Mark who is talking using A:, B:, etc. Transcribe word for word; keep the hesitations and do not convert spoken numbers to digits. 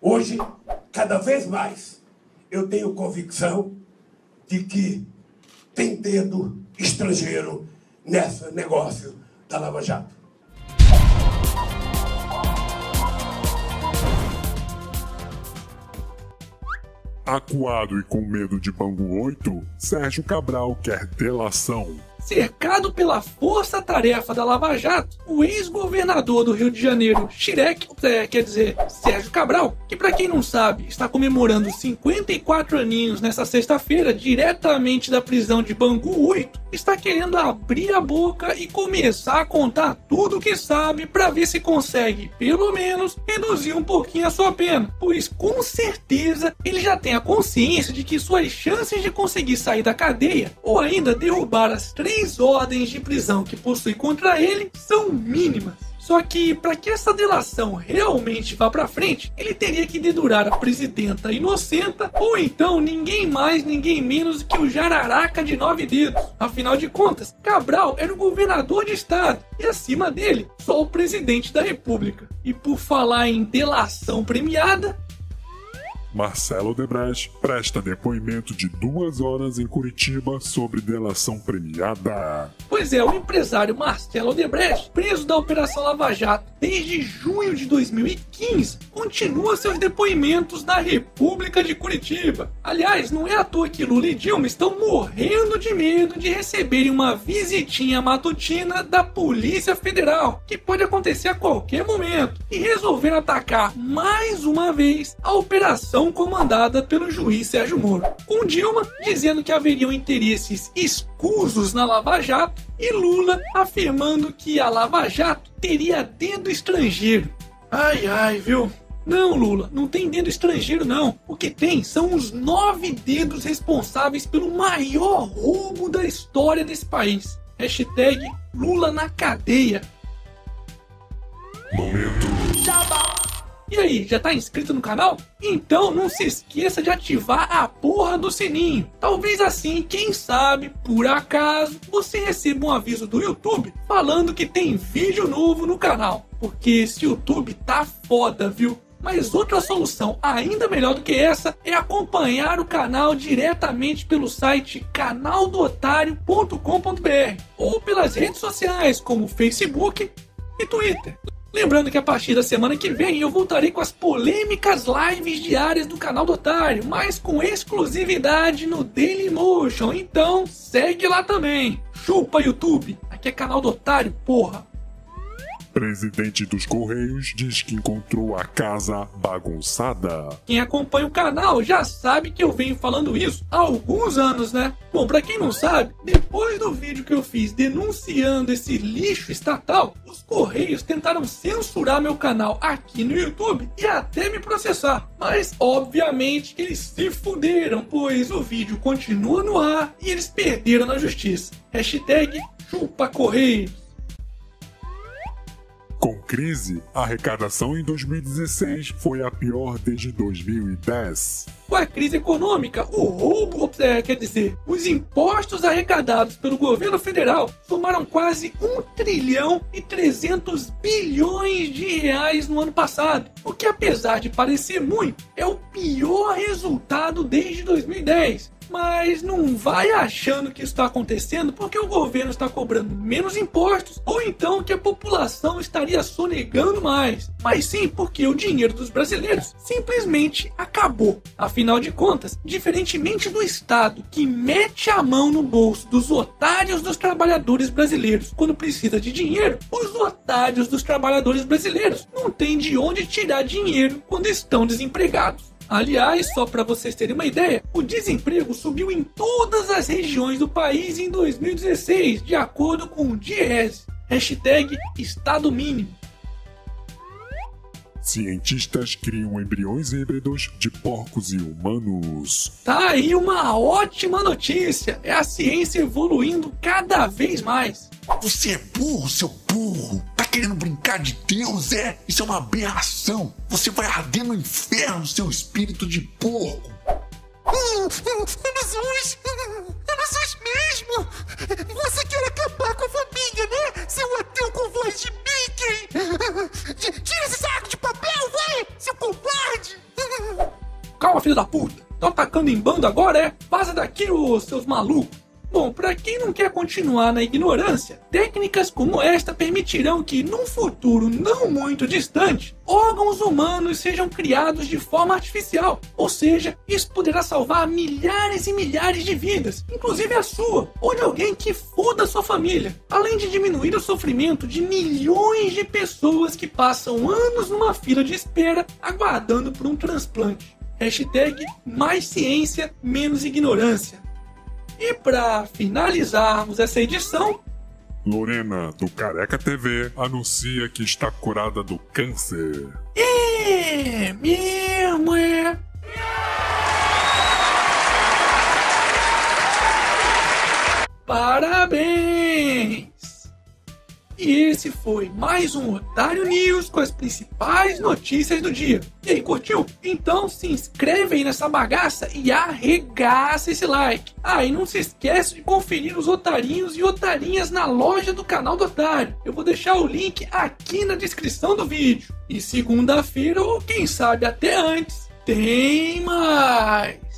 A: Hoje, cada vez mais, eu tenho convicção de que tem dedo estrangeiro nesse negócio da Lava Jato.
B: Acuado e com medo de Bangu oito, Sérgio Cabral quer delação.
C: Cercado pela força-tarefa da Lava Jato, o ex-governador do Rio de Janeiro, Chirec, é, quer dizer, Sérgio Cabral, que pra quem não sabe, está comemorando cinquenta e quatro aninhos nessa sexta-feira, diretamente da prisão de Bangu oito, está querendo abrir a boca e começar a contar tudo o que sabe pra ver se consegue, pelo menos, reduzir um pouquinho a sua pena, pois com certeza ele já tem a consciência de que suas chances de conseguir sair da cadeia, ou ainda derrubar as três Três ordens de prisão que possui contra ele são mínimas. Só que, para que essa delação realmente vá para frente, ele teria que dedurar a presidenta inocenta ou então ninguém mais, ninguém menos que o jararaca de nove dedos. Afinal de contas, Cabral era o governador de estado e acima dele, só o presidente da república. E por falar em delação premiada,
B: Marcelo Odebrecht presta depoimento de duas horas em Curitiba sobre delação premiada.
C: Pois é, o empresário Marcelo Odebrecht, preso da Operação Lava Jato desde junho de dois mil e quinze, continua seus depoimentos na República de Curitiba. Aliás, não é à toa que Lula e Dilma estão morrendo de medo de receberem uma visitinha matutina da Polícia Federal, que pode acontecer a qualquer momento, e resolver atacar mais uma vez a operação comandada pelo juiz Sérgio Moro, com Dilma dizendo que haveriam interesses escusos na Lava Jato e Lula afirmando que a Lava Jato teria dedo estrangeiro. Ai, ai, viu? Não, Lula, não tem dedo estrangeiro não. O que tem são os nove dedos responsáveis pelo maior roubo da história desse país. Hashtag Lula na cadeia.
B: Momento
C: Jabá. E aí, já tá inscrito no canal? Então não se esqueça de ativar a porra do sininho. Talvez assim, quem sabe, por acaso, você receba um aviso do YouTube falando que tem vídeo novo no canal. Porque esse YouTube tá foda, viu? Mas outra solução ainda melhor do que essa é acompanhar o canal diretamente pelo site canal do otário ponto com ponto br ou pelas redes sociais como Facebook e Twitter. Lembrando que a partir da semana que vem eu voltarei com as polêmicas lives diárias do canal do Otário, mas com exclusividade no Dailymotion, então segue lá também. Chupa YouTube, aqui é canal do Otário, porra.
B: Presidente dos Correios diz que encontrou a casa bagunçada.
C: Quem acompanha o canal já sabe que eu venho falando isso há alguns anos, né? Bom, pra quem não sabe, depois do vídeo que eu fiz denunciando esse lixo estatal, os Correios tentaram censurar meu canal aqui no YouTube e até me processar. Mas, obviamente, eles se fuderam, pois o vídeo continua no ar e eles perderam na justiça. Hashtag chupa Correios.
B: Com crise, a arrecadação em dois mil e dezesseis foi a pior desde dois mil e dez.
C: Com a crise econômica, o roubo, é, quer dizer, os impostos arrecadados pelo governo federal somaram quase um trilhão e trezentos bilhões de reais no ano passado, o que apesar de parecer muito, é o pior resultado desde dois mil e dez. Mas não vai achando que isso está acontecendo porque o governo está cobrando menos impostos ou então que a população estaria sonegando mais. Mas sim porque o dinheiro dos brasileiros simplesmente acabou. Afinal de contas, diferentemente do Estado que mete a mão no bolso dos otários dos trabalhadores brasileiros quando precisa de dinheiro, os otários dos trabalhadores brasileiros não têm de onde tirar dinheiro quando estão desempregados. Aliás, só para vocês terem uma ideia, o desemprego subiu em todas as regiões do país em dois mil e dezesseis, de acordo com o Diese. Hashtag Estado Mínimo.
B: Cientistas criam embriões híbridos de porcos e humanos.
C: Tá aí uma ótima notícia. É a ciência evoluindo cada vez mais.
D: Você é burro, seu burro. Tá querendo brincar de Deus, é? Isso é uma aberração. Você vai arder no inferno, seu espírito de porco.
E: Jesus! Jesus mesmo! Você quer acabar com a família, né? Seu ateu com voz de Mickey! Tira esse saco de papel, vai! Seu covarde!
C: calma, filho da puta. Tô atacando em bando agora, é? Vaza daqui, ô seus malucos. Bom, para quem não quer continuar na ignorância, técnicas como esta permitirão que, num futuro não muito distante, órgãos humanos sejam criados de forma artificial. Ou seja, isso poderá salvar milhares e milhares de vidas, inclusive a sua, ou de alguém que foda a sua família. Além de diminuir o sofrimento de milhões de pessoas que passam anos numa fila de espera aguardando por um transplante. Hashtag mais ciência, menos ignorância. E para finalizarmos essa edição,
B: Lorena, do Careca T V, anuncia que está curada do câncer.
C: é mesmo, é? Parabéns! E esse foi mais um Otário News com as principais notícias do dia. E aí, curtiu? Então se inscreve aí nessa bagaça e arregaça esse like. Ah, e não se esquece de conferir os otarinhos e otarinhas na loja do canal do Otário. Eu vou deixar o link aqui na descrição do vídeo. E segunda-feira, ou quem sabe até antes, tem mais!